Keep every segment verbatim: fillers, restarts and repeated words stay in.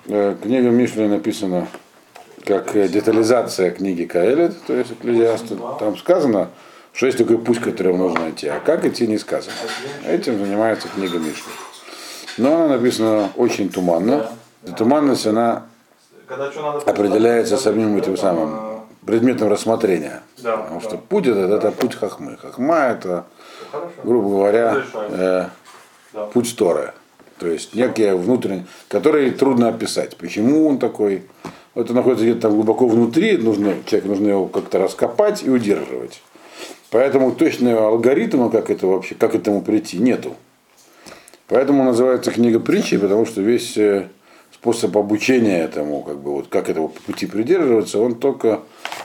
Книга Мишли написана как детализация книги Каэлет, то есть Экклезиаста. Там сказано, что есть такой путь, который нужно идти, а как идти не сказано. Этим занимается книга Мишли. Но она написана очень туманно. Эта туманность, она определяется самим этим самым предметом рассмотрения. Потому что путь это, это путь хахмы. Хахма это, грубо говоря, э, путь Торы. То есть некий внутренний, который трудно описать. Почему он такой? Это находится где-то там глубоко внутри, нужно, человек нужно его как-то раскопать и удерживать. Поэтому точного алгоритма, как это вообще, как к этому прийти, нету. Поэтому называется книга притчи, потому что весь способ обучения этому, как бы, вот, как этого пути придерживаться, он только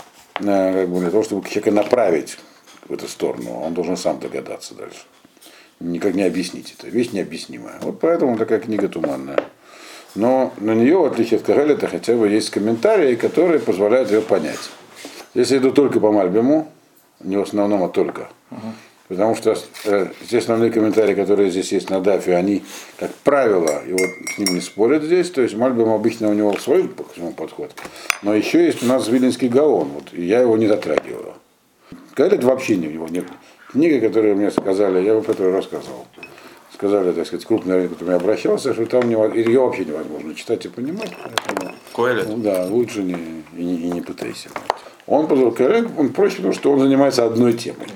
как бы, для того, чтобы человека направить в эту сторону. Он должен сам догадаться дальше. Никак не объяснить это. Вещь необъяснимая. Вот поэтому такая книга туманная. Но на нее, в отличие от Каэлета, хотя бы есть комментарии, которые позволяют ее понять. Здесь я иду только по Мальбиму, не в основном, а только. Uh-huh. Потому что э, те основные комментарии, которые здесь есть на Дафе, они, как правило, и вот с ним не спорят здесь. То есть Мальбим обычно у него свой подход. Но еще есть у нас Вилинский Гаон, вот, и я его не затрагиваю. Каэлет вообще не у него нет. Книга, которую мне сказали, я в которой рассказывал. Сказали, так сказать, крупный рынок, который обращался, что там невозможно, ее вообще невозможно читать и понимать. Коэлет? Ну, да, лучше не, и, не, и не пытайся. Он позвал Коэлет, он проще, потому что он занимается одной темой,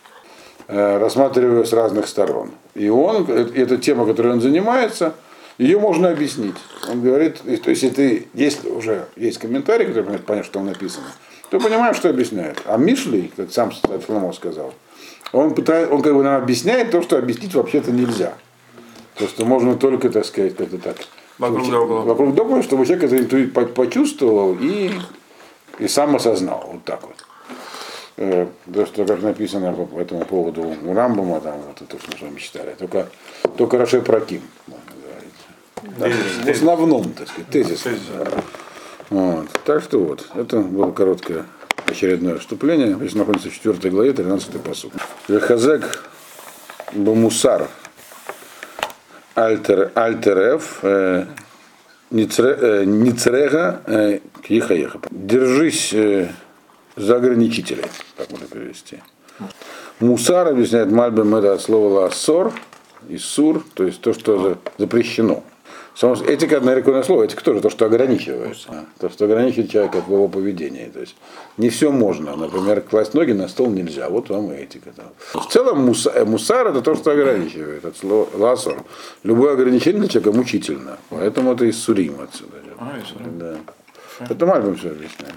э, рассматривая ее с разных сторон. И он, эта тема, которой он занимается, ее можно объяснить. Он говорит, то есть, если ты, если уже есть комментарий, который понятно, что там написано, то понимаешь, что объясняет. А Мишли, как сам Шломо сказал, он, пытает, он как бы нам объясняет то, что объяснить вообще-то нельзя. То, что можно только, так сказать, как-то так. Вокруг да около. Вокруг да около, чтобы человек это интуит почувствовал и, и сам осознал. Вот так вот. Э, то, что как написано по этому поводу у Рамбама, там, вот это, что мы с вами читали. Только, только Рашей Праким, можно говорить. Да, в основном, так сказать, тезис. тезис. Вот. Так что вот, это было короткое очередное вступление. Здесь находится в четвёртой главе, тринадцатый пасук. Вехазек бамусар альтер альтерев ницрега кихаеха. Держись за ограничителей, как можно перевести. Мусар, объясняет Мальбим, это от слова лассор и сур, то есть то, что запрещено. Этика, нарекомендованное слово, этика тоже то, что ограничивает. То, что ограничивает человека в его поведении. То есть не все можно. Например, класть ноги на стол нельзя. Вот вам и этика. В целом мусар, мусар это то, что ограничивает. От слова ласор. Любое ограничение для человека мучительно. Поэтому это из сурим отсюда. А, да. Это Мальбим все объясняет.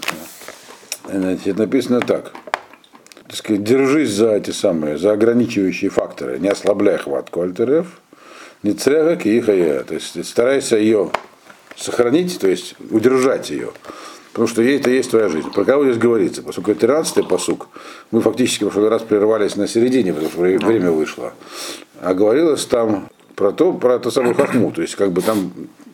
Значит, написано так. Так сказать, держись за эти самые, за ограничивающие факторы, не ослабляй хватку альтерев. Ницрега кихая, то есть старайся ее сохранить, то есть удержать ее, потому что ей это есть твоя жизнь. Про кого здесь говорится? Поскольку это тринадцатый пасук, мы фактически в прошлый раз прервались на середине, потому что время вышло. А говорилось там про то, про ту самую хахму, то есть как бы там,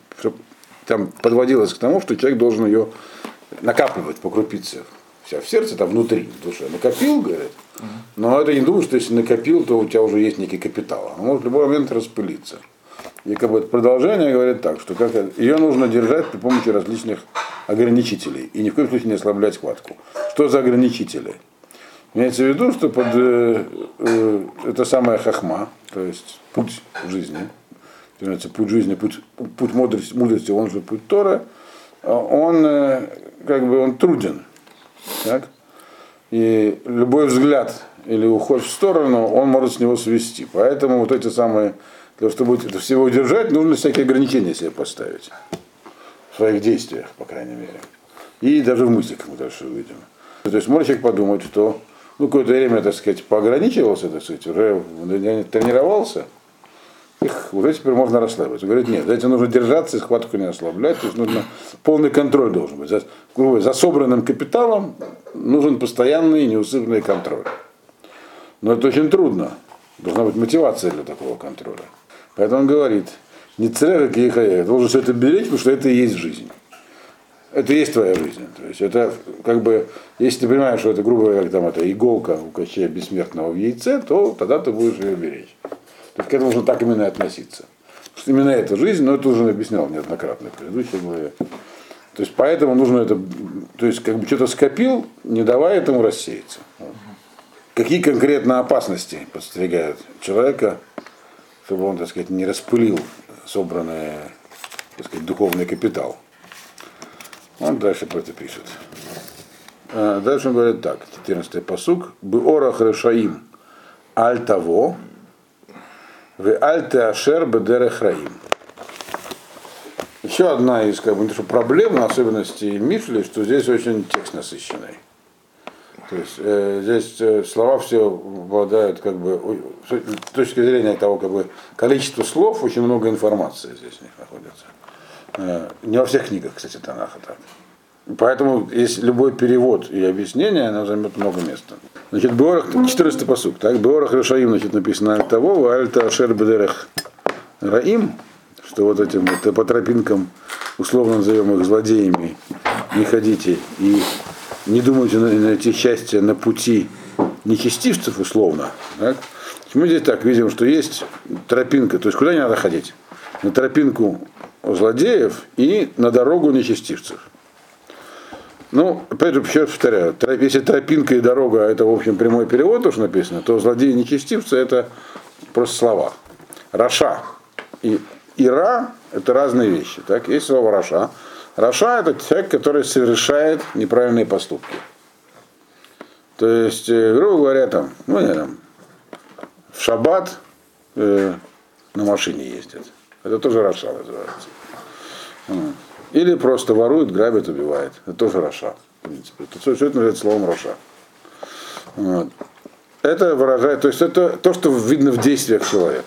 там подводилось к тому, что человек должен ее накапливать по крупице. Вся в сердце, там внутри, в душе. Накопил, говорит, но это не думаю, что если накопил, то у тебя уже есть некий капитал. Он может в любой момент распылиться. И как бы продолжение говорит так, что как, ее нужно держать при помощи различных ограничителей. И ни в коем случае не ослаблять хватку. Что за ограничители? Имеется в виду, что под э, э, это самая хахма, то есть путь жизни, путь жизни, путь, путь мудрости, мудрости, он же путь Тора, он э, как бы он труден. Так? И любой взгляд или уход в сторону, он может с него свести. Поэтому вот эти самые, для того, чтобы это всего удержать, нужно всякие ограничения себе поставить. В своих действиях, по крайней мере. И даже в мыслях, как мы дальше увидим. То есть может человек подумать, что ну, какое-то время, так сказать, поограничивался, так сказать, уже тренировался, их уже теперь можно расслабиться. Говорит, нет, за этим нужно держаться, схватку не ослаблять, то есть нужно, полный контроль должен быть. За, за собранным капиталом нужен постоянный неусыпный контроль. Но это очень трудно. Должна быть мотивация для такого контроля. Поэтому он говорит, не црега кихая, должен все это беречь, потому что это и есть жизнь. Это и есть твоя жизнь. То есть это как бы, если ты понимаешь, что это, грубо говоря, там, это иголка у Кощея Бессмертного в яйце, то тогда ты будешь ее беречь. То есть к этому нужно так именно и относиться. Именно эта жизнь, но это уже объяснял неоднократно в предыдущей главе. То есть поэтому нужно это, то есть как бы что-то скопил, не давая этому рассеяться. Какие конкретно опасности подстерегают человека, чтобы он, так сказать, не распылил собранный, так сказать, духовный капитал. Он дальше про это пишет. Дальше он говорит так, четырнадцатый пасук. Беорах решаим аль того, ве аль теашер бедерех раим. Еще одна из как бы, проблем, особенностей Мишли, что здесь очень текст насыщенный. То есть э, здесь э, слова все обладают, как бы, с точки зрения того, как бы, количества слов, очень много информации здесь у них находится. Э, не во всех книгах, кстати, Танаха так. Поэтому, если любой перевод и объяснение, оно займет много места. Значит, Беорах, четырнадцатый пасук, так, Беорах Решаим, значит, написано аль того, аль таашер бедерех раим, что вот этим вот по тропинкам, условно назовем их злодеями, не ходите и не думайте найти счастье на пути нечестивцев, условно. Так? Мы здесь так видим, что есть тропинка, то есть куда не надо ходить? На тропинку злодеев и на дорогу нечестивцев. Ну, опять же, еще раз повторяю, если тропинка и дорога это, в общем, прямой перевод, то, что написано, то злодеи и нечестивцы это просто слова. Раша и Ира это разные вещи. Так? Есть слово Раша. Раша это человек, который совершает неправильные поступки. То есть, грубо говоря, там, ну, не, там, в шаббат э, на машине ездит. Это тоже Раша называется. Или просто ворует, грабит, убивает. Это тоже Раша. В принципе. Это, все это называется словом Раша. Вот. Это выражает, то есть это то, что видно в действиях человека.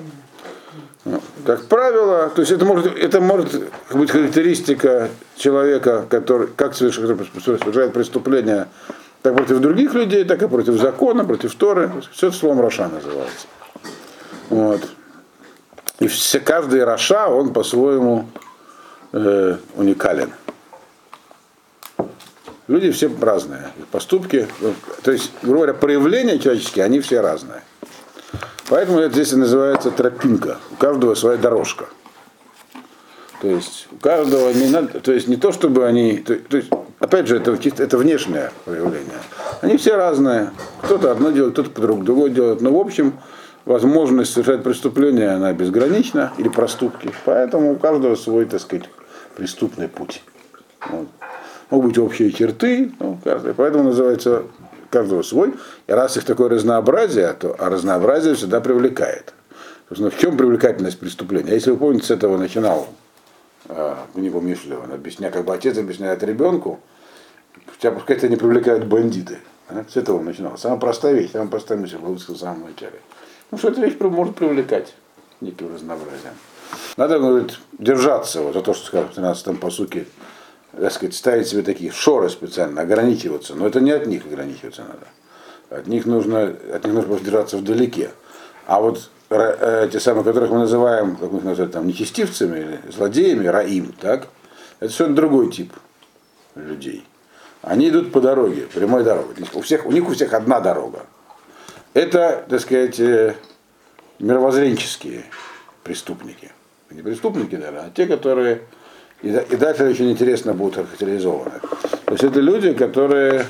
Как правило, то есть это может, это может быть характеристика человека, который как совершает преступления так против других людей, так и против закона, против Торы. Все это словом Раша называется. Вот. И все, каждый Раша, он по-своему э, уникален. Люди все разные. Их поступки, то есть, грубо говоря, проявления человеческие, они все разные. Поэтому это здесь и называется тропинка. У каждого своя дорожка. То есть у каждого не надо, то есть не то, чтобы они, то, то есть, опять же, это чисто это внешнее проявление. Они все разные. Кто-то одно делает, кто-то по-другому другое делает. Но в общем возможность совершать преступления она безгранична или проступки. Поэтому у каждого свой, так сказать, преступный путь. Вот. Могут быть общие черты, ну, каждый, поэтому называется каждого свой. И раз их такое разнообразие, то а разнообразие всегда привлекает. Собственно, в чем привлекательность преступления? Если вы помните, с этого начинал книгу Мишли, он объясняет, как бы отец объясняет ребенку, тебя пускай тебя не привлекают бандиты. А? С этого он начинал. Самая простая вещь, самая простая мысль, я высказал в самом начале. Ну, что эта вещь может привлекать неким разнообразием. Надо, говорит, держаться вот, за то, что сказал в тринадцатом пасуке, так сказать, ставить себе такие шоры специально, ограничиваться. Но это не от них ограничиваться надо. От них нужно, от них нужно держаться вдалеке. А вот э, те самые, которых мы называем, как мы их называем, там, нечестивцами или злодеями, раим, так, это совершенно другой тип людей. Они идут по дороге, прямой дорогой. У, всех, у них у всех одна дорога. Это, так сказать, мировоззренческие преступники. Не преступники, даже, а те, которые и, и дальше очень интересно будут характеризованы. То есть это люди, которые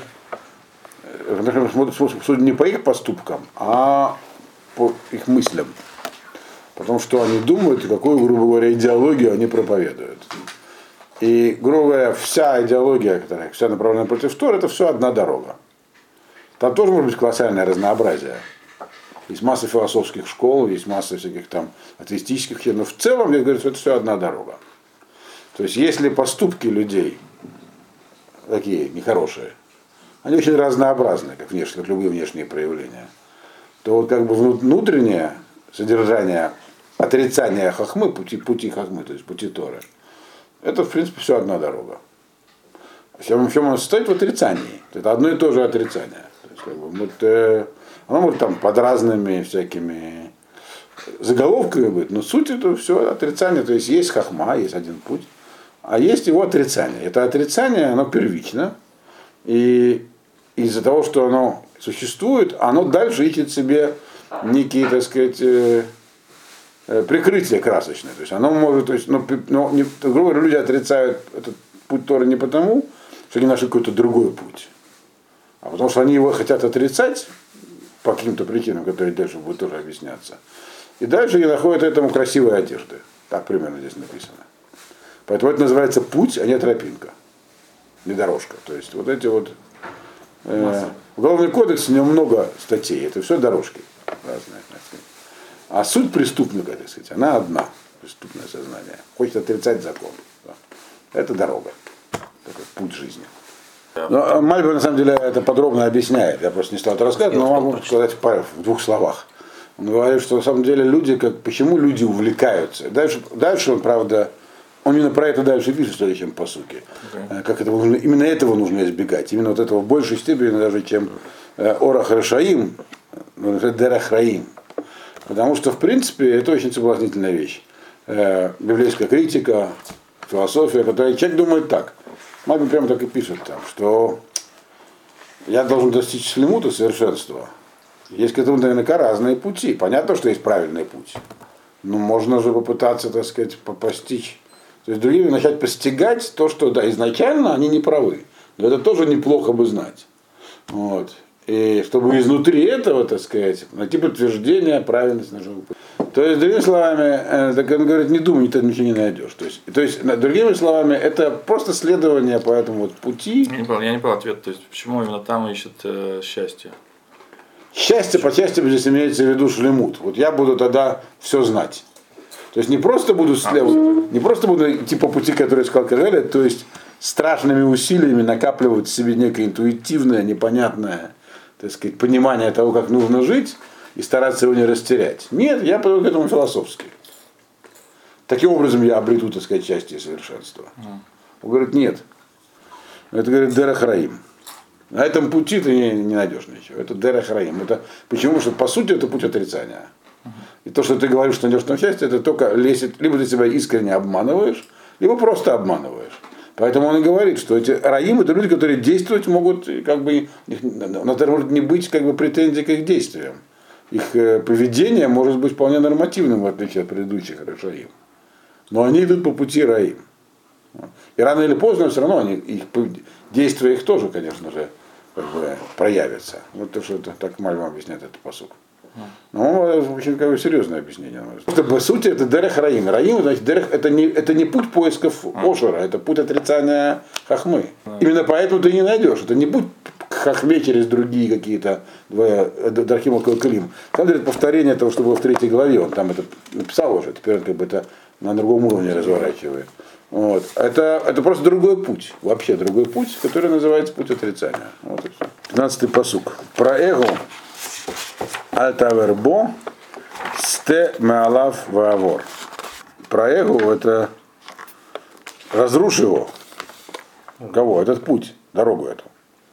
смотрят не по их поступкам, а по их мыслям. Потому что они думают и какую, грубо говоря, идеологию они проповедуют. И, грубо говоря, вся идеология, которая вся направлена против Торы, это все одна дорога. Там тоже может быть колоссальное разнообразие. Есть масса философских школ, есть масса всяких там атеистических, но в целом, я говорю, что это все одна дорога. То есть, если поступки людей такие нехорошие, они очень разнообразны, как, внешне, как любые внешние проявления, то вот как бы внутреннее содержание отрицания хахмы, пути, пути хахмы, то есть пути Торы, это, в принципе, все одна дорога. В чем, в чем оно состоит? В отрицании. Это одно и то же отрицание. То есть, как бы, вот, э, оно может там под разными всякими заголовками быть, но суть это все отрицание. То есть есть хахма, есть один путь, а есть его отрицание. Это отрицание, оно первично. И из-за того, что оно существует, оно дальше ищет себе некие, так сказать, прикрытие красочное. То есть оно может, то есть, но, но не, грубо говоря, люди отрицают этот путь Торы не потому, что они нашли какой-то другой путь, а потому что они его хотят отрицать по каким-то причинам, которые дальше будут тоже объясняться. И дальше они находят этому красивые одежды. Так примерно здесь написано. Поэтому это называется путь, а не тропинка. Не дорожка. То есть вот эти вот... Э, Уголовный кодекс, у него много статей. Это все дорожки разные. А суть преступника, так сказать, она одна. Преступное сознание. Хочет отрицать закон. Да. Это дорога. Такой путь жизни. Но Мальбим на самом деле это подробно объясняет. Я просто не стал это рассказывать, но могу сказать в двух словах. Он говорит, что на самом деле люди, как, почему люди увлекаются. Дальше, дальше он, правда, он именно про это дальше пишет, что чем по сути. Okay. Как это нужно, именно этого нужно избегать. Именно вот этого в большей степени даже, чем Орах Рашаим, Дерах Раим. Потому что, в принципе, это очень соблазнительная вещь. Библейская критика, философия, которая человек думает так. Мальбим прямо так и пишет там, что я должен достичь шлемута, совершенства. Есть к этому наверняка разные пути. Понятно, что есть правильный путь. Но можно же попытаться, так сказать, постичь. То есть другими начать постигать то, что да, изначально они не правы. Но это тоже неплохо бы знать. Вот. И чтобы изнутри этого, так сказать, найти подтверждение правильности нашего пути. То есть, другими словами, так он говорит, не думай, ты ничего не найдешь. То есть, то есть, другими словами, это просто следование по этому вот пути. Я не понял, я не понял ответ. То есть, почему именно там ищет э, счастье? Счастье, по счастью, здесь имеется в виду шлемут. Вот я буду тогда все знать. То есть не просто буду следовать, не просто буду идти по пути, который сказал Кагеля, то есть страшными усилиями накапливать в себе некое интуитивное, непонятное, так сказать, понимание того, как нужно жить, и стараться его не растерять. Нет, я подойду к этому философски. Таким образом я обрету, так сказать, счастье и совершенство. Он говорит, нет. Это говорит Дерах Раим. На этом пути ты не, не найдешь ничего. Это Дерах Раим. Это, почему? Потому что по сути это путь отрицания. И то, что ты говоришь, что найдешь там счастье, это только лезет, либо ты себя искренне обманываешь, либо просто обманываешь. Поэтому он и говорит, что эти раим это люди, которые действовать могут, как бы, на это может не быть как бы претензий к их действиям. Их поведение может быть вполне нормативным, в отличие от предыдущих раим. Но они идут по пути раим. И рано или поздно все равно они, их, действия их тоже, конечно же, как бы, проявятся. Вот то, что это, так Мальбим объясняет этот посуд. Ну, в общем, какое серьезное объяснение. Просто, по сути, это Дерех Раим. Раим, значит, Дерех, это, не, это не путь поисков Ошера, это путь отрицания Хахмы. Именно поэтому ты не найдешь. Это не путь к Хахме через другие какие-то Дархим Клим. Там говорит повторение того, что было в третьей главе. Он там это написал уже, теперь он как бы это на другом уровне разворачивает. Вот. Это, это просто другой путь. Вообще другой путь, который называется путь отрицания. Вот и все. пятнадцатый пасук. Про эго. Альтавербо сте меалав ваавор. Про эго это разрушь его. Кого? Этот путь, дорогу эту.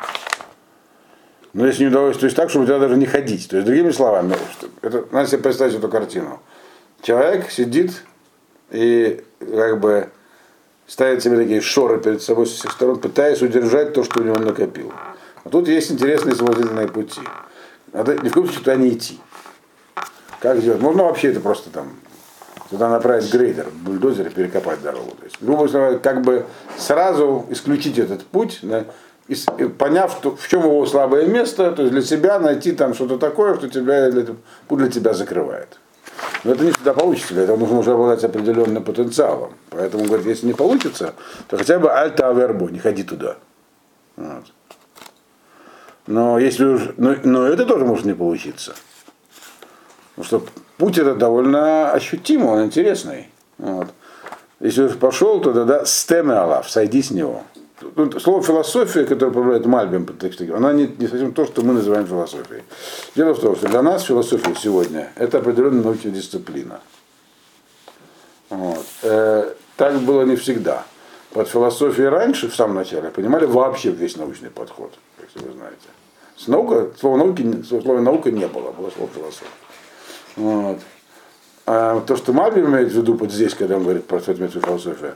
Но если не удовольствие, то есть так, чтобы тебя даже не ходить. То есть, другими словами, это, надо себе представить эту картину. Человек сидит и как бы ставит себе такие шоры перед собой со всех сторон, пытаясь удержать то, что у него накопил. А тут есть интересные соблазнительные пути. Надо ни в коем случае туда не идти. Как сделать? Можно вообще это просто там туда направить грейдер, бульдозер и перекопать дорогу. То есть, грубо говоря, как бы сразу исключить этот путь, да, и, и поняв, что, в чем его слабое место, то есть для себя найти там что-то такое, что тебя, для, для тебя закрывает. Но это не всегда получится, для этого нужно уже обладать определенным потенциалом. Поэтому, говорит, если не получится, то хотя бы альта авербо, не ходи туда. Вот. Но если уж, но, но это тоже может не получиться. Потому что путь это довольно ощутимый, он интересный. Вот. Если уж пошел, то тогда стеме алав, сойди с него. Слово философия, которое управляет Мальбим, она не, не совсем то, что мы называем философией. Дело в том, что для нас философия сегодня это определенная научная дисциплина. Вот. Э, так было не всегда. Под философией раньше, в самом начале, понимали вообще весь научный подход, если вы знаете. С наука, слова науки, слова наука не было, было слово философия. Вот. А то, что Мальбим имеет в виду вот здесь, когда он говорит про предметную философию,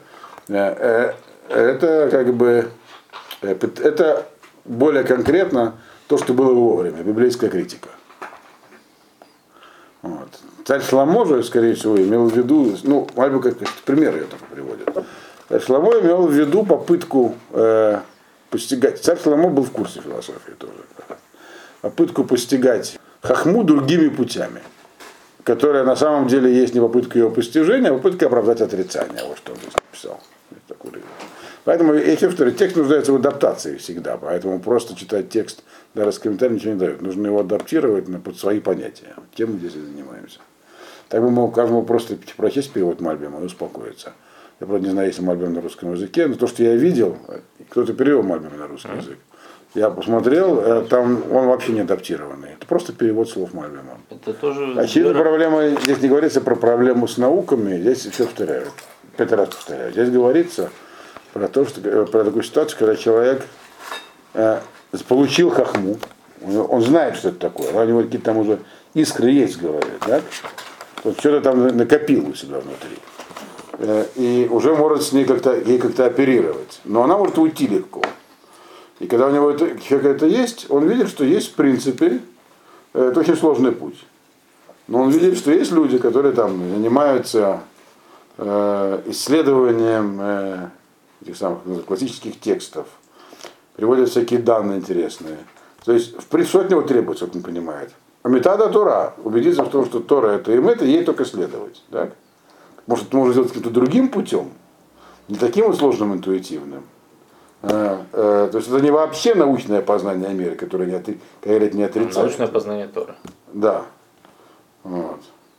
это как бы это более конкретно то, что было вовремя, библейская критика. Вот. царь Шломо же, скорее всего, имел в виду, ну, Мальбим как пример ее только приводит. Царь Шломо имел в виду попытку э, постигать. Царь Шломо был в курсе философии тоже. Попытку постигать хохму другими путями, которая на самом деле есть не попытка ее постижения, а попытка оправдать отрицание. Вот что он здесь написал. Поэтому я считаю, что текст нуждается в адаптации всегда, поэтому просто читать текст даже с комментарием ничего не дает. Нужно его адаптировать на, под свои понятия. Тем мы здесь и занимаемся. Так бы мог каждому просто прочесть перевод Мальбима и успокоиться. Я, правда, не знаю, есть ли Мальбим на русском языке, но то, что я видел, кто-то перевел Мальбима на русский язык. Я посмотрел, там он вообще не адаптированный. Это просто перевод слов Мальбима. Это тоже... Очевидно, проблема, здесь не говорится про проблему с науками, здесь все повторяют. Пять раз повторяю. Здесь говорится про то, что про такую ситуацию, когда человек э, получил хохму, он знает, что это такое, у него какие-то там уже искры есть, говорят, да? Вот что-то там накопил у себя внутри. Э, и уже может с ней как-то, ей как-то оперировать. Но она может уйти легко. И когда у него это, человека это есть, он видит, что есть в принципе, э, это очень сложный путь. Но он видит, что есть люди, которые там занимаются э, исследованием э, этих самых классических текстов, приводят всякие данные интересные. То есть, в принципе, что от него требуется, как он понимает. А метада Тора, убедиться в том, что Тора это им это, ей только следовать. Так? Может, это можно сделать каким-то другим путем, не таким вот сложным, интуитивным. А, а, то есть это не вообще научное познание мира, которое не, отри... не отрицает. Научное познание Торы. Да. Вот.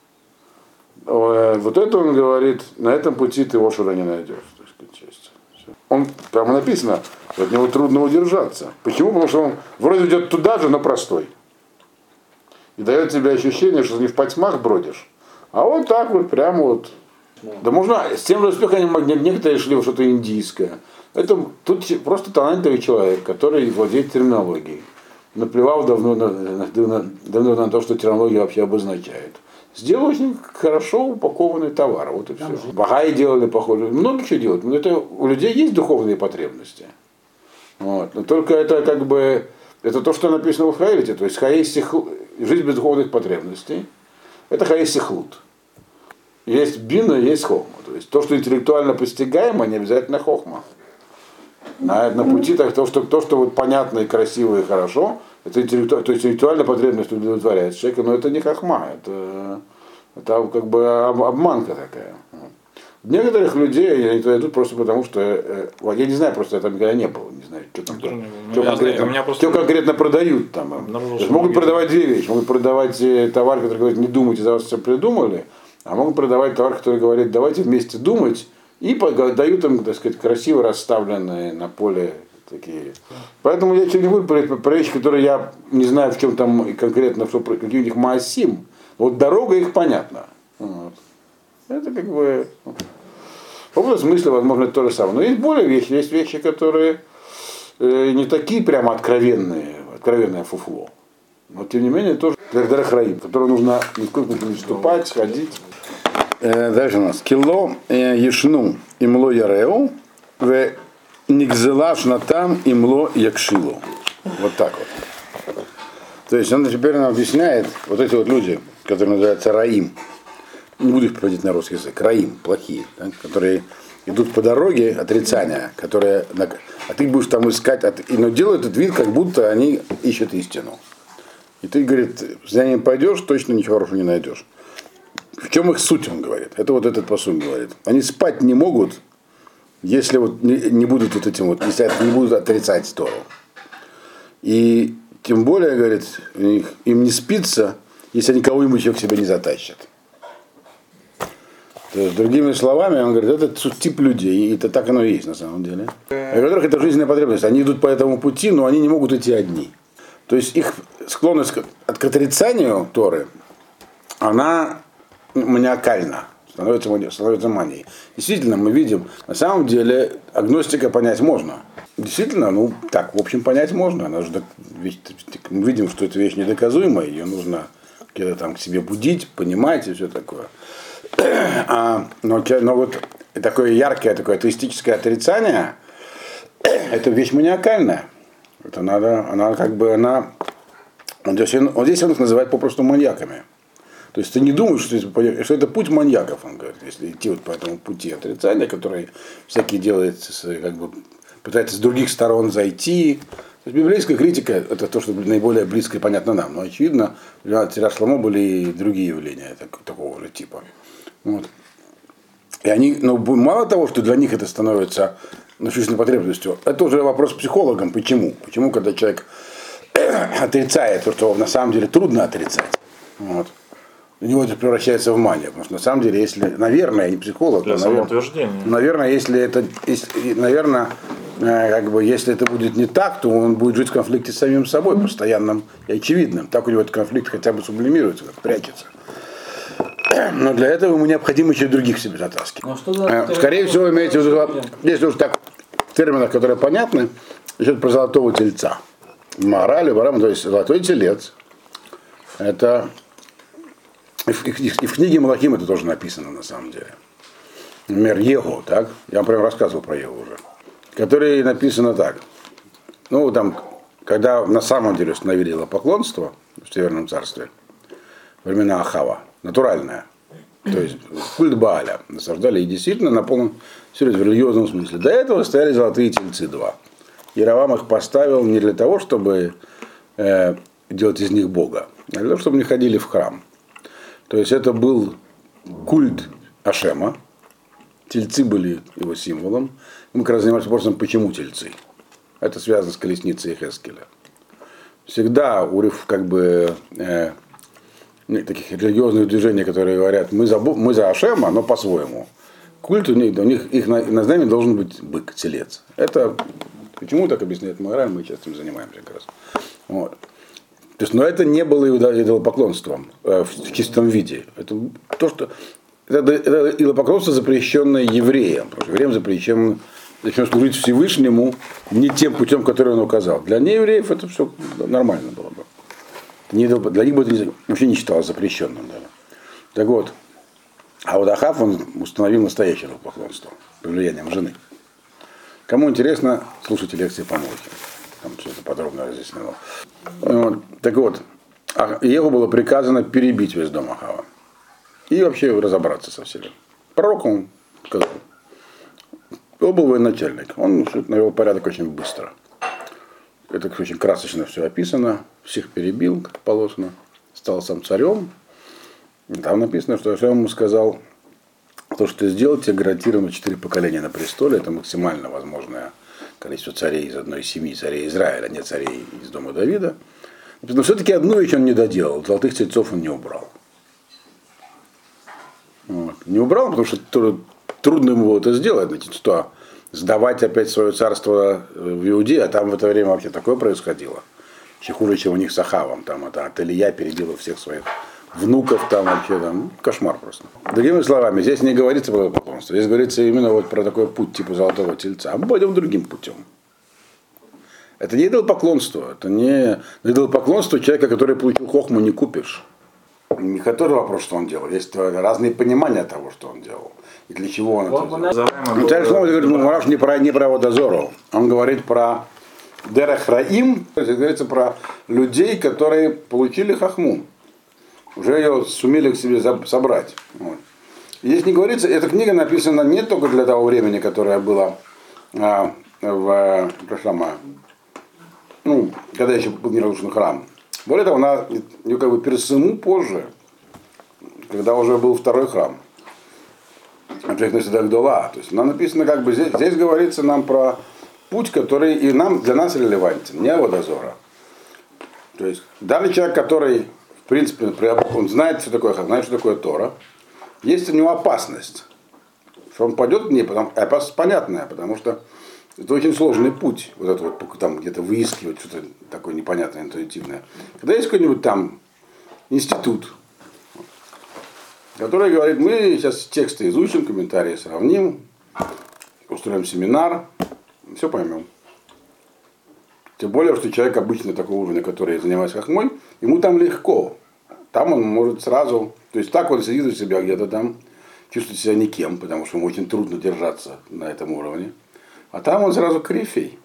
Вот это он говорит, на этом пути ты Ошура не найдешь. Так сказать, он, прямо написано, что от него трудно удержаться. Почему? Потому что он вроде идет туда же, но простой. И дает тебе ощущение, что ты не в потьмах бродишь, а вот так вот, прямо вот. Да можно, с тем же успехом некоторые шли в что-то индийское. Это тут просто талантливый человек, который владеет терминологией. Наплевал давно на, давно, давно на то, что терминология вообще обозначает. Сделал очень хорошо упакованный товар. Вот и все. Бахаи делали похоже. Много чего делают. Но это, у людей есть духовные потребности. Вот. Но только это как бы это то, что написано в Хаэлите. То есть хаэсихл, жизнь без духовных потребностей. Это хаэсихлут. Есть бина, есть хохма. То есть то, что интеллектуально постигаемо, не обязательно хохма. На, на пути так, то, что, то, что вот понятно и красиво и хорошо, это интеллекту, то есть интеллектуальная потребность удовлетворяет человека, но это не хохма, это, это как бы обманка такая. Некоторых людей они туда идут просто потому, что я не знаю, просто я там никогда не был, не знаю, что там, ну, что, конкретно, знаю, просто... что конкретно продают там. Могут продавать две вещи, могут продавать товар, который говорит, не думайте, за вас все придумали, а могут продавать товар, который говорит, давайте вместе думать. И дают им, так сказать, красиво расставленные на поле такие. Поэтому я не буду говорить про вещи, которые я не знаю, в чем там конкретно, что, какие у них маасим. Вот дорога их понятна. Вот. Это как бы в область смысла, возможно, это то же самое. Но есть более вещи, есть вещи, которые э, не такие прямо откровенные, откровенное фуфло. Но тем не менее тоже для Дарахраим, которое нужно ни в коем случае не вступать, сходить. Дальше у нас. Кило ешну имло яреу, в нигзелаш натам имло якшилу. Вот так вот. То есть он теперь нам объясняет, вот эти вот люди, которые называются раим, не буду их переводить на русский язык, раим, плохие, да, которые идут по дороге отрицания, которые, а ты будешь там искать, но делают этот вид, как будто они ищут истину. И ты, говорит, за ним пойдешь, точно ничего хорошего не найдешь. В чем их суть, он говорит. Это вот этот посуд говорит. Они спать не могут, если вот не, не будут вот этим вот, если не будут отрицать Тору. И тем более, говорит, им не спится, если они кого-нибудь еще к себе не затащат. То есть, другими словами, он говорит, это тип людей, и это так оно и есть на самом деле. У которых это жизненная потребность. Они идут по этому пути, но они не могут идти одни. То есть их склонность к отрицанию Торы, она маниакально, становится, становится манией. Действительно, мы видим, на самом деле, агностика понять можно. Действительно, ну, так, в общем, понять можно. Она же, мы видим, что эта вещь недоказуемая, ее нужно где-то там к себе будить, понимать и все такое. А, но, но вот такое яркое, такое атеистическое отрицание, это вещь маниакальная. Это надо, она как бы, она, вот здесь, вот здесь он их называет попросту маньяками. То есть ты не думаешь, что, что это путь маньяков, он говорит, если идти вот по этому пути отрицания, который всякие делает, как бы пытается с других сторон зайти. То есть библейская критика — это то, что наиболее близко и понятно нам. Но очевидно, для царя Шломо были и другие явления так, такого же типа. Вот. И они, ну, мало того, что для них это становится насущной потребностью, это уже вопрос психологам. Почему? Почему, когда человек отрицает то, что на самом деле трудно отрицать, вот, у него это превращается в манию. Потому что на самом деле, если, наверное, я не психолог, для но, наверное, наверное, если это, если, наверное, как бы, если это будет не так, то он будет жить в конфликте с самим собой, постоянным и очевидным. Так у него этот конфликт хотя бы сублимируется, как прячется. Но для этого ему необходимо еще других себе затаскивать. Скорее всего, имеется в виду, если уж так в терминах, которые понятны, идет про золотого тельца. Мораль, варам, то есть золотой телец. Это и в, и, и в книге Малахим это тоже написано на самом деле. Например, Егу, так? Я вам прям рассказывал про Егу уже. Который написано так. Ну, там, когда на самом деле установили идолопоклонство в Северном царстве, времена Ахава, натуральное, то есть культ Бааля насаждали и действительно на полном серьезе, в религиозном смысле. До этого стояли золотые тельцы два. Яровам их поставил не для того, чтобы э, делать из них Бога, а для того, чтобы они ходили в храм. То есть это был культ Ашема, тельцы были его символом. Мы как раз занимались вопросом, почему тельцы. Это связано с колесницей Хескеля. Всегда у как бы э, таких религиозных движений, которые говорят, мы за, мы за Ашема, но по-своему. Культ у них, у них их на, на знамени должен быть бык, телец. Это почему так объясняет Маораль, мы сейчас этим занимаемся как раз. Вот. То есть, но это не было идолопоклонством э, в, в чистом виде. Это то, что это, это идолопоклонство, запрещенное евреям. Потому что евреям запрещено, запрещено служить Всевышнему не тем путем, который он указал. Для неевреев это все нормально было бы. Не, для них бы это вообще не считалось запрещенным. Даже. Так вот, а вот Ахав он установил настоящее идолопоклонство под влиянием жены. Кому интересно, слушайте лекции по Мохе. Там все это подробно разъяснено. Вот. Так вот, Егу было приказано перебить весь дом Ахава. И вообще разобраться со всеми. Пророк он сказал. Он был военачальник. Он навел порядок очень быстро. Это очень красочно все описано. Всех перебил, как положено. Стал сам царем. И там написано, что я ему сказал, то, что ты сделал, тебе гарантировано четыре поколения на престоле. Это максимально возможное количество царей из одной семьи, царей Израиля, не царей из дома Давида. Но все-таки одну вещь он не доделал. Золотых тельцов он не убрал. Вот. Не убрал, потому что трудно ему это сделать. Значит, что сдавать опять свое царство в Иудее, а там в это время вообще такое происходило. Еще хуже, чем у них с Ахавом. Там это от Илия перебило всех своих внуков, там вообще там кошмар просто. Другими словами, здесь не говорится про поклонство, здесь говорится именно вот про такой путь типа золотого тельца. А мы пойдем другим путем. Это не идолопоклонство, это не идолопоклонство человека, который получил хохму, не купишь. Не который вопрос, что он делал. Есть разные понимания того, что он делал. И для чего он это делал. Царь Шломо говорит, ну, Мараш не про, не про Водозору. Он говорит про Дерех Раим, то есть говорится про людей, которые получили хохму. Уже ее сумели к себе собрать. Вот. Здесь не говорится, эта книга написана не только для того времени, которое было а, в Прошлама, ну, когда еще был не разрушен храм. Более того, она ее как бы пересыму позже, когда уже был второй храм. То есть она написана как бы здесь, здесь говорится нам про путь, который и нам, для нас релевантен, не Водозора. То есть данный человек, который в принципе, он знает, что такое, знает, что такое Тора. Есть у него опасность, что он пойдет в ней, потому, опасность понятная, потому что это очень сложный путь, вот это вот там где-то выискивать что-то такое непонятное, интуитивное. Когда есть какой-нибудь там институт, который говорит, мы сейчас тексты изучим, комментарии сравним, устроим семинар, все поймем. Тем более, что человек обычно такого уровня, который занимается хохмой, ему там легко. Там он может сразу, то есть так он сидит у себя где-то там, чувствует себя никем, потому что ему очень трудно держаться на этом уровне. А там он сразу корифей.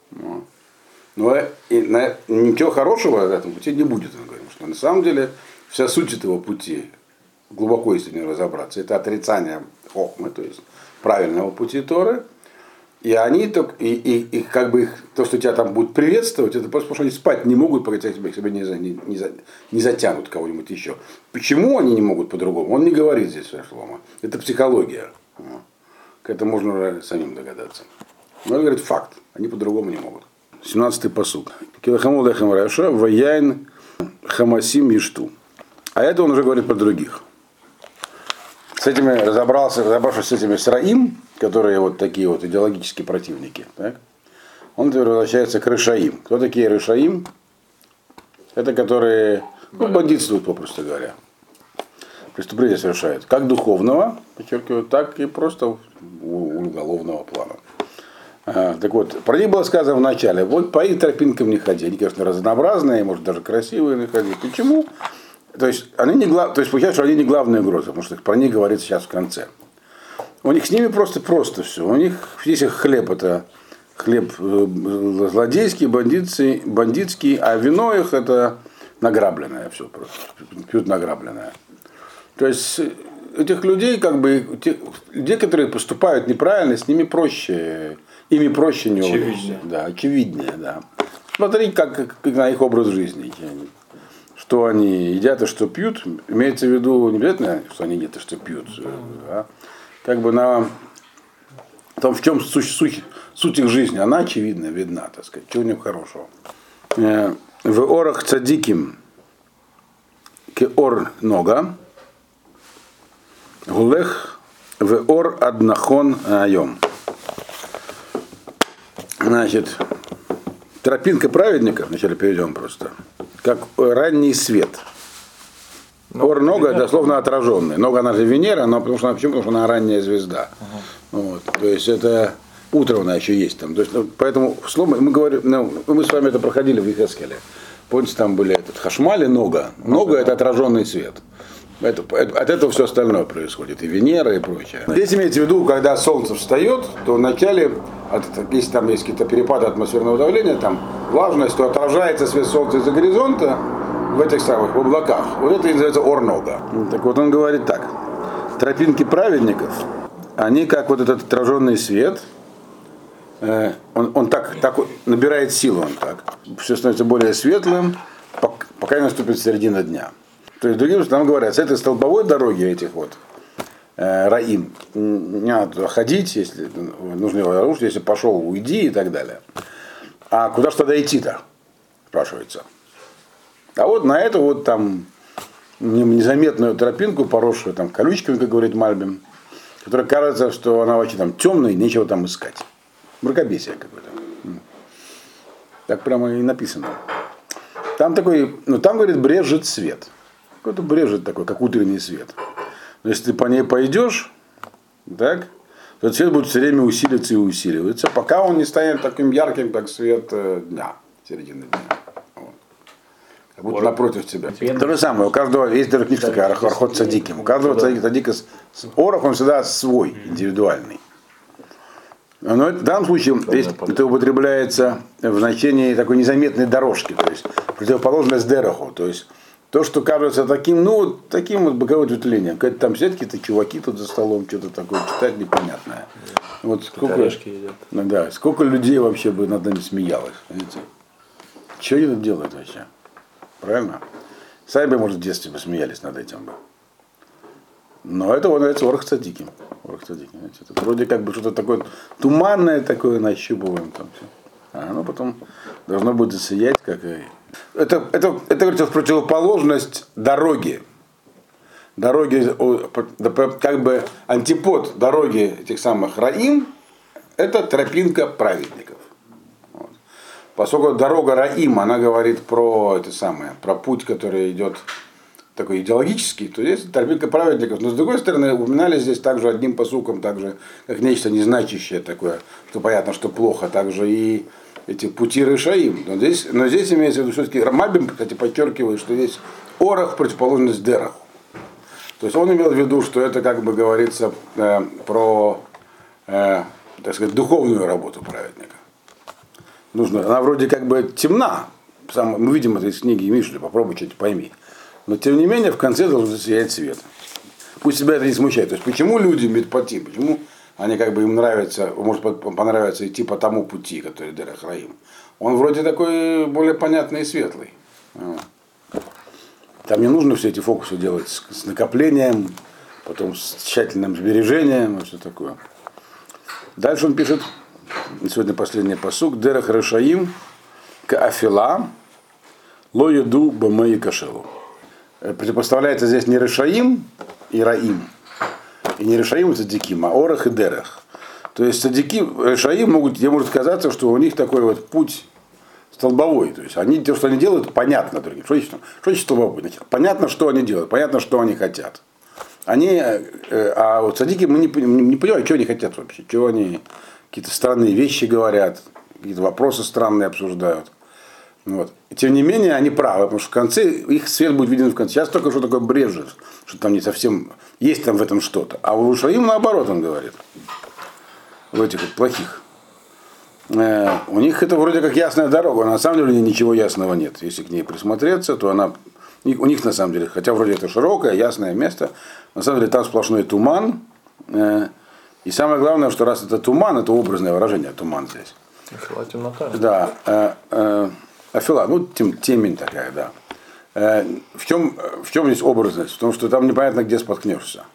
Но и на, ничего хорошего в этом пути не будет, он говорит, что на самом деле вся суть этого пути, глубоко если не разобраться, это отрицание хохмы, то есть правильного пути Торы. И они только, и, и, и как бы их, то, что тебя там будут приветствовать, это просто потому, что они спать не могут, пока тебя себя не, за, не, не, за, не затянут кого-нибудь еще. Почему они не могут по-другому? Он не говорит здесь Шломо. Это психология. К этому можно уже самим догадаться. Но он говорит факт. Они по-другому не могут. семнадцатый пасук. Килахаму лехам раша ваяйн хамасим ешту. А это он уже говорит про других. С этими разобрался, разобравшись с этими Сраим, которые вот такие вот идеологические противники, так? Он теперь возвращается к Решаим. Кто такие Решаим? Это которые, ну, бандитствуют, попросту говоря. Преступления совершают как духовного, подчеркиваю, так и просто уголовного плана. А, так вот, про них было сказано в начале, вот по их тропинкам не ходи. Они, конечно, разнообразные, может даже красивые не ходи. Почему? То есть, они не глав... То есть получается, что они не главная угроза, потому что про них говорится сейчас в конце. У них с ними просто просто все. У них весь их хлеб это хлеб злодейский, бандитский, бандитский, а вино их это награбленное все просто. Пьют награбленное. То есть этих людей, как бы, тех, людей, которые поступают неправильно, с ними проще, ими проще не увлечься. Да, очевиднее, да. Смотри, как, как на их образ жизни. Что они едят и что пьют, имеется в виду не обязательно, что они едят и что пьют, а как бы на том, в чем суть, суть, суть их жизни, она очевидна, видна, так сказать, что у них хорошего. В орах цадиким кеор нога, гулех в ор аднахон айом. Значит, тропинка праведников, вначале перейдем просто, как ранний свет. Но ор нога дословно отраженный. Нога она же Венера, но потому что, почему? Потому что она ранняя звезда. Ага. Вот. То есть это утро она еще есть там. То есть, ну, поэтому слово мы говорим, ну, мы с вами это проходили в Ихескеле. Помните, там были этот хашмали нога. Нога это отраженный свет. Это, от этого все остальное происходит, и Венера, и прочее. Здесь имеется в виду, когда солнце встает, то вначале, от, если там есть какие-то перепады атмосферного давления, там влажность, то отражается свет солнца из-за горизонта в этих самых в облаках. Вот это и называется орнога. Так вот он говорит так. Тропинки праведников, они как вот этот отраженный свет, э, он, он так, так набирает силу, он так. Все становится более светлым, пока, пока не наступит середина дня. То есть, другим словом, говорят, с этой столбовой дороги этих вот э, Раим, не надо туда ходить, если нужно его нарушить, если пошел, уйди и так далее. А куда же тогда идти-то, спрашивается. А вот на эту вот там незаметную тропинку, поросшую там колючками, как говорит Мальбим, которая кажется, что она вообще там темная, нечего там искать. Мракобесие какое-то. Так прямо и написано. Там такой, ну там, говорит, брежет свет. Какой-то брежет такой, как утренний свет. Но если ты по ней пойдешь, так, то этот свет будет все время усиливаться и усиливаться, пока он не станет таким ярким, как свет дня, середины дня. Вот. Как будто напротив тебя. То же самое, у каждого есть даже книжка такая, Архот Цадиким. У каждого цадика с орах он всегда свой, индивидуальный. Но в данном случае здесь это употребляется в значении такой незаметной дорожки, то есть противоположность дераху, то есть то, что кажется таким, ну, таким вот боковым ответвлением. Какие-то там сидят какие-то чуваки тут за столом, что-то такое читать непонятное. Вот сколько, ну, да, сколько людей вообще бы над нами смеялось. Видите? Что они тут делают вообще? Правильно? Сами бы, может, в детстве бы смеялись над этим бы. Но это вот называется орах цадиким. Орах цадиким. Это вроде как бы что-то такое туманное такое нащупываем там все. А оно потом должно будет засиять, как и... Это, это, это говорится в противоположность дороги. Дороги, как бы антипод дороги этих самых Раим, это тропинка праведников. Вот. Поскольку дорога Раим, она говорит про это самое, про путь, который идет такой идеологический, то здесь тропинка праведников. Но с другой стороны, упоминали здесь также одним посуком, также как нечто незначащее такое, что понятно, что плохо, также и эти пути Решаим. Но здесь, но здесь имеется в виду все-таки, Мальбим, кстати, подчеркивает, что здесь орах противоположность дераху. То есть он имел в виду, что это, как бы говорится, э, про, э, так сказать, духовную работу праведника. Нужно, она вроде как бы темна. Сам, мы видим это из книги Мишли, попробуй что-то пойми. Но тем не менее в конце должен сиять свет. Пусть тебя это не смущает. То есть почему люди Митпатим, почему они как бы им нравится, может понравится идти по тому пути, который Дерех Раим. Он вроде такой более понятный и светлый. Там не нужно все эти фокусы делать с, с накоплением, потом с тщательным сбережением и все такое. Дальше он пишет, сегодня последний пасук, Дерех Решаим Каафила Ло еду бамэ и кашелу. Противопоставляется здесь не Решаим и Раим. И не Решаим и Цадиким, а Орах и Дерех. То есть Цадики, Решаим могут, тебе может казаться, что у них такой вот путь столбовой. То есть они, то, что они делают, понятно другим. Что значит, что значит столбовой? Понятно, что они делают, понятно, что они хотят. Они, а вот Цадики мы не, не понимаем, что они хотят вообще, чего они какие-то странные вещи говорят, какие-то вопросы странные обсуждают. Вот. И тем не менее, они правы, потому что в конце их свет будет виден в конце. Сейчас только что такое брежет, что там не совсем есть там в этом что-то. А у Шаим наоборот, он говорит, в этих вот плохих. Э, у них это вроде как ясная дорога, а на самом деле ничего ясного нет. Если к ней присмотреться, то она, у них на самом деле, хотя вроде это широкое, ясное место, на самом деле там сплошной туман. Э, и самое главное, что раз это туман, это образное выражение, туман здесь. Афила темнота. Да. Э, э, Афила, ну тем, темень такая, да. Э, в, чем, в чем здесь образность? В том, что там непонятно, где споткнешься.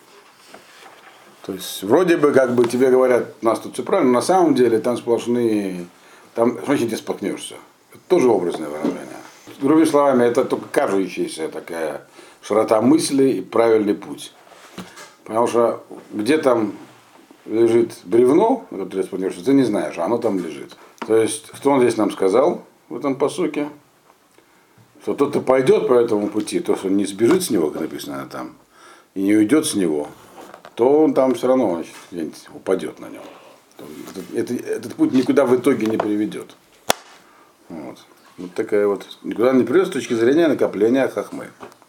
То есть вроде бы как бы тебе говорят, у нас тут все правильно, но на самом деле там сплошные, там, значит, где споткнешься. Это тоже образное выражение. Другими словами, это только кажущаяся такая широта мысли и правильный путь. Потому что где там лежит бревно, на которое ты споткнешься, ты не знаешь, а оно там лежит. То есть, что он здесь нам сказал в этом пасуке? Что тот, кто пойдет по этому пути, то, что он не сбежит с него, как написано там, и не уйдет с него, то он там все равно значит, упадет на нем. Этот, этот, этот путь никуда в итоге не приведет. Вот. Вот такая вот. Никуда не приведет с точки зрения накопления хахмы.